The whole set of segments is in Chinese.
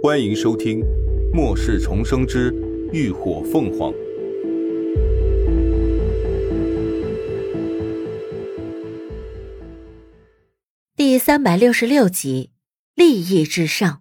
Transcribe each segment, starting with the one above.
欢迎收听《末世重生之浴火凤凰》 第366集，利益至上。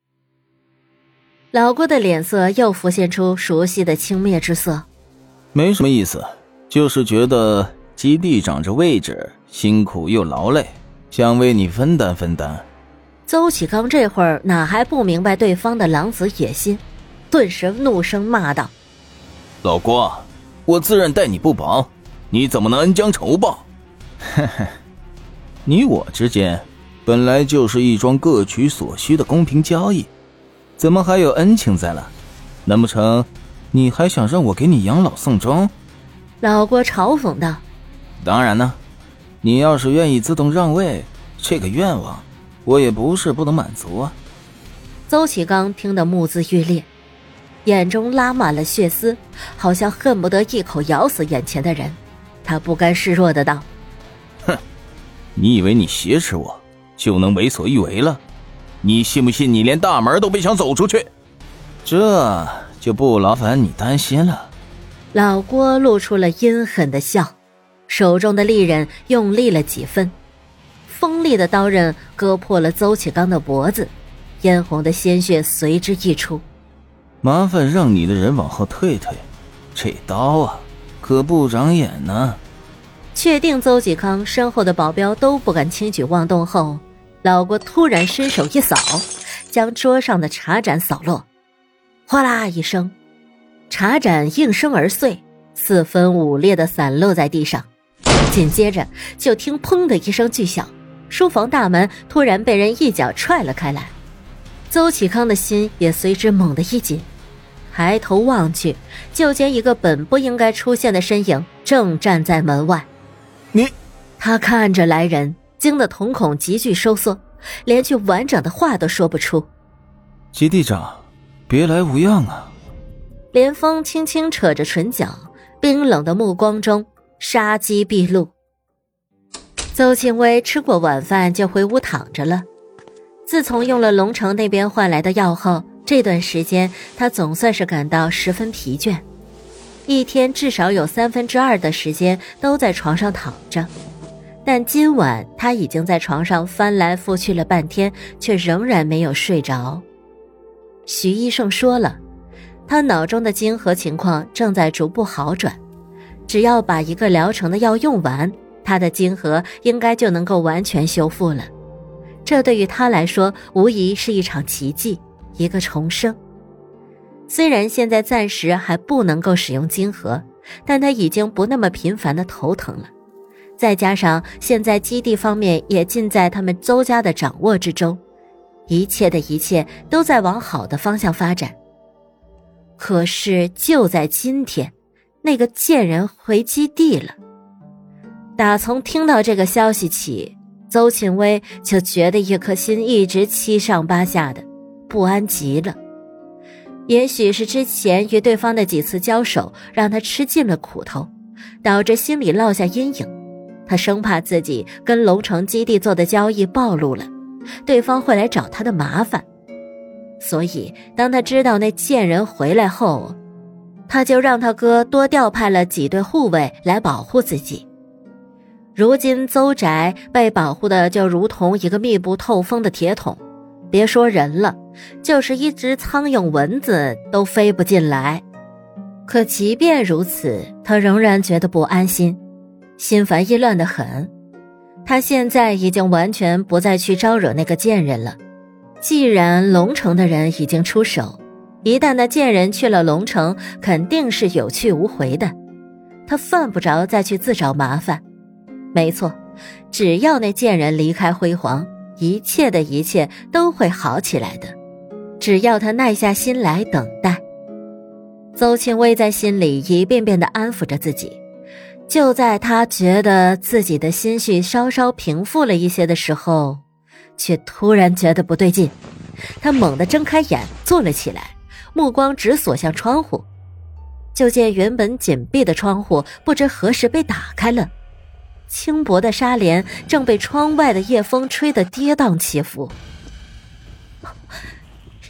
老郭的脸色又浮现出熟悉的轻蔑之色。 没什么意思，就是觉得基地长这位置辛苦又劳累，想为你分担分担。 邹启刚这会儿哪还不明白对方的狼子野心，顿时怒声骂道： 老郭，我自认待你不薄，你怎么能恩将仇报？呵呵，你我之间本来就是一桩各取所需的公平交易，怎么还有恩情在了？难不成你还想让我给你养老送终？ 老郭嘲讽道： 当然呢，你要是愿意自动让位，这个愿望我也不是不能满足啊。 邹启刚听得目眦欲裂，眼中拉满了血丝，好像恨不得一口咬死眼前的人。他不甘示弱的道： 哼，你以为你挟持我就能为所欲为了？你信不信你连大门都别想走出去？这就不劳烦你担心了。 老郭露出了阴狠的笑，手中的利刃用力了几分，锋利的刀刃割破了邹启刚的脖子，嫣红的鲜血随之溢出。 麻烦让你的人往后退退，这刀啊可不长眼呢。 确定邹启康身后的保镖都不敢轻举妄动后，老郭突然伸手一扫，将桌上的茶盏扫落，哗啦一声，茶盏应声而碎，四分五裂的散落在地上。紧接着就听砰的一声巨响，书房大门突然被人一脚踹了开来。邹启康的心也随之猛地一紧，抬头望去，就见一个本不应该出现的身影正站在门外。他看着来人，惊得瞳孔急剧收缩，连句完整的话都说不出。 基地长，别来无恙啊。 连峰轻轻扯着唇角，冰冷的目光中杀机毕露。邹庆威吃过晚饭就回屋躺着了。自从用了龙城那边换来的药后，这段时间他总算是感到十分疲倦，一天至少有2/3的时间都在床上躺着。但今晚他已经在床上翻来覆去了半天，却仍然没有睡着。徐医生说了，他脑中的晶核情况正在逐步好转，只要把一个疗程的药用完，他的晶核应该就能够完全修复了。这对于他来说无疑是一场奇迹，一个重生。虽然现在暂时还不能够使用晶核，但他已经不那么频繁的头疼了。再加上现在基地方面也尽在他们邹家的掌握之中，一切的一切都在往好的方向发展。可是就在今天，那个贱人回基地了。打从听到这个消息起，邹庆威就觉得一颗心一直七上八下的，不安极了。也许是之前与对方的几次交手让他吃尽了苦头，导致心里落下阴影。他生怕自己跟龙城基地做的交易暴露了，对方会来找他的麻烦。所以当他知道那贱人回来后，他就让他哥多调派了几队护卫来保护自己。如今邹宅被保护的就如同一个密不透风的铁桶，别说人了，就是一只苍蝇蚊子都飞不进来。可即便如此，他仍然觉得不安心，心烦意乱得很。他现在已经完全不再去招惹那个贱人了。既然龙城的人已经出手，一旦那贱人去了龙城，肯定是有去无回的。他犯不着再去自找麻烦。没错，只要那贱人离开辉煌，一切的一切都会好起来的。只要他耐下心来等待。邹庆威在心里一遍遍地安抚着自己。就在他觉得自己的心绪稍稍平复了一些的时候，却突然觉得不对劲。他猛地睁开眼坐了起来，目光直锁向窗户。就见原本紧闭的窗户不知何时被打开了，轻薄的纱帘正被窗外的夜风吹得跌宕起伏。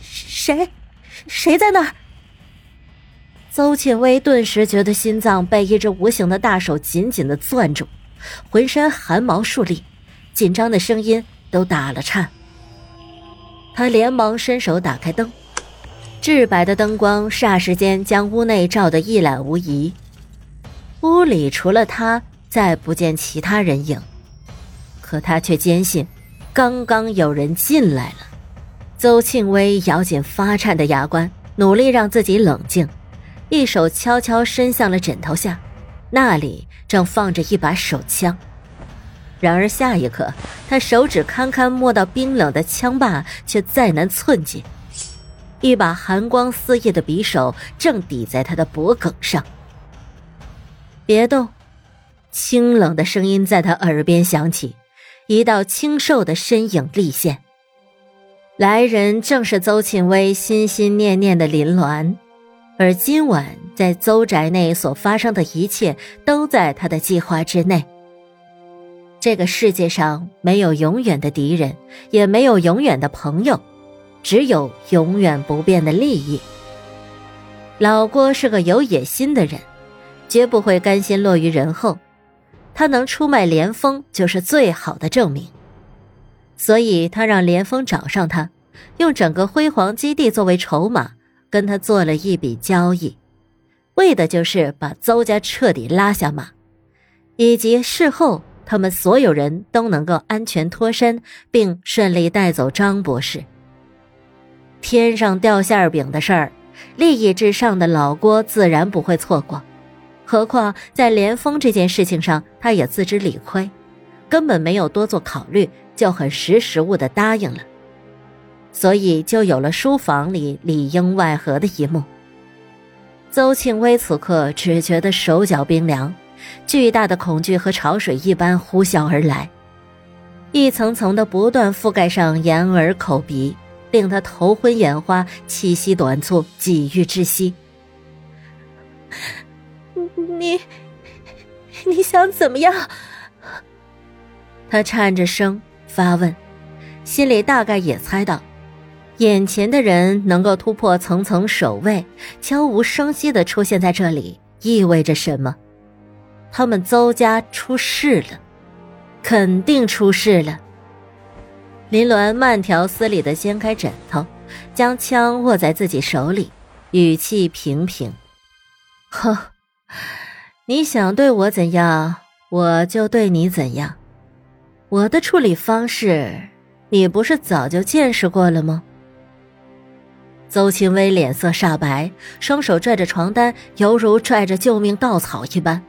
谁在那儿？邹庆威顿时觉得心脏被一只无形的大手紧紧地攥住，浑身汗毛竖立，紧张的声音都打了颤。他连忙伸手打开灯，至白的灯光霎时间将屋内照得一览无遗。屋里除了他，再不见其他人影，可他却坚信刚刚有人进来了。邹庆威咬紧发颤的牙关，努力让自己冷静，一手悄悄伸向了枕头下，那里正放着一把手枪。然而下一刻，他手指堪堪摸到冰冷的枪把，却再难寸进。一把寒光四溢的匕首正抵在他的脖颈上。别动！清冷的声音在他耳边响起，一道清瘦的身影立现。来人正是邹庆威心心念念的林鸾，而今晚在邹宅内所发生的一切都在他的计划之内。这个世界上没有永远的敌人，也没有永远的朋友，只有永远不变的利益。老郭是个有野心的人，绝不会甘心落于人后，他能出卖连峰就是最好的证明。所以他让连峰找上他，用整个辉煌基地作为筹码，跟他做了一笔交易，为的就是把邹家彻底拉下马，以及事后他们所有人都能够安全脱身，并顺利带走张博士。天上掉馅饼的事儿，利益至上的老郭自然不会错过，何况在连峰这件事情上，他也自知理亏，根本没有多做考虑，就很识时务地答应了。所以就有了书房里里应外合的一幕。邹庆威此刻只觉得手脚冰凉，巨大的恐惧和潮水一般呼啸而来，一层层的不断覆盖上眼耳口鼻，令他头昏眼花，气息短促，几欲窒息。你想怎么样？他颤着声发问，心里大概也猜到眼前的人能够突破层层守卫，悄无声息地出现在这里，意味着什么？他们邹家出事了，肯定出事了。林鸾慢条斯理地掀开枕头，将枪握在自己手里，语气平平。哼，你想对我怎样，我就对你怎样。我的处理方式，你不是早就见识过了吗？邹庆威脸色煞白，双手拽着床单，犹如拽着救命稻草一般。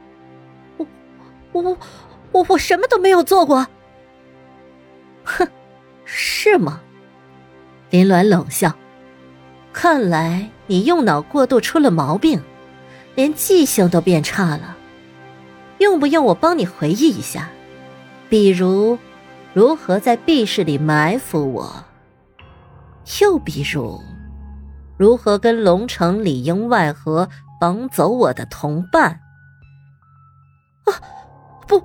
我什么都没有做过。哼，是吗？林鸾冷笑，看来你用脑过度出了毛病，连记性都变差了。用不用我帮你回忆一下？比如如何在避室里埋伏我，又比如如何跟龙城里应外合绑走我的同伴。不，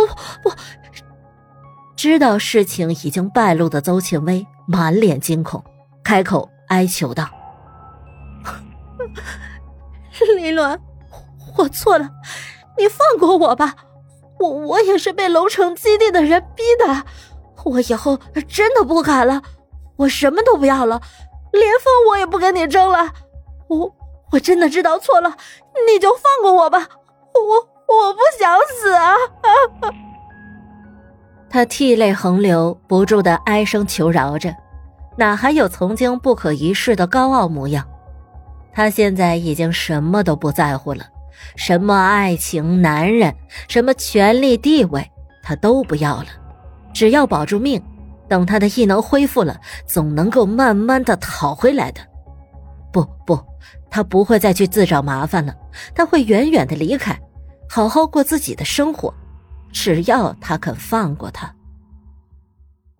知道事情已经败露的邹庆威满脸惊恐，开口哀求道：林鸾，我错了，你放过我吧，我也是被龙城基地的人逼的，我以后真的不敢了，我什么都不要了，连峰我也不跟你争了，我真的知道错了，你就放过我吧，我不想死啊！他涕泪横流，不住地哀声求饶着，哪还有曾经不可一世的高傲模样？他现在已经什么都不在乎了，什么爱情、男人，什么权力、地位，他都不要了，只要保住命，等他的异能恢复了，总能够慢慢地讨回来的。不，他不会再去自找麻烦了，他会远远地离开，好好过自己的生活，只要他肯放过他。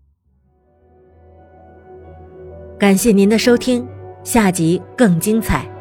感谢您的收听，下集更精彩。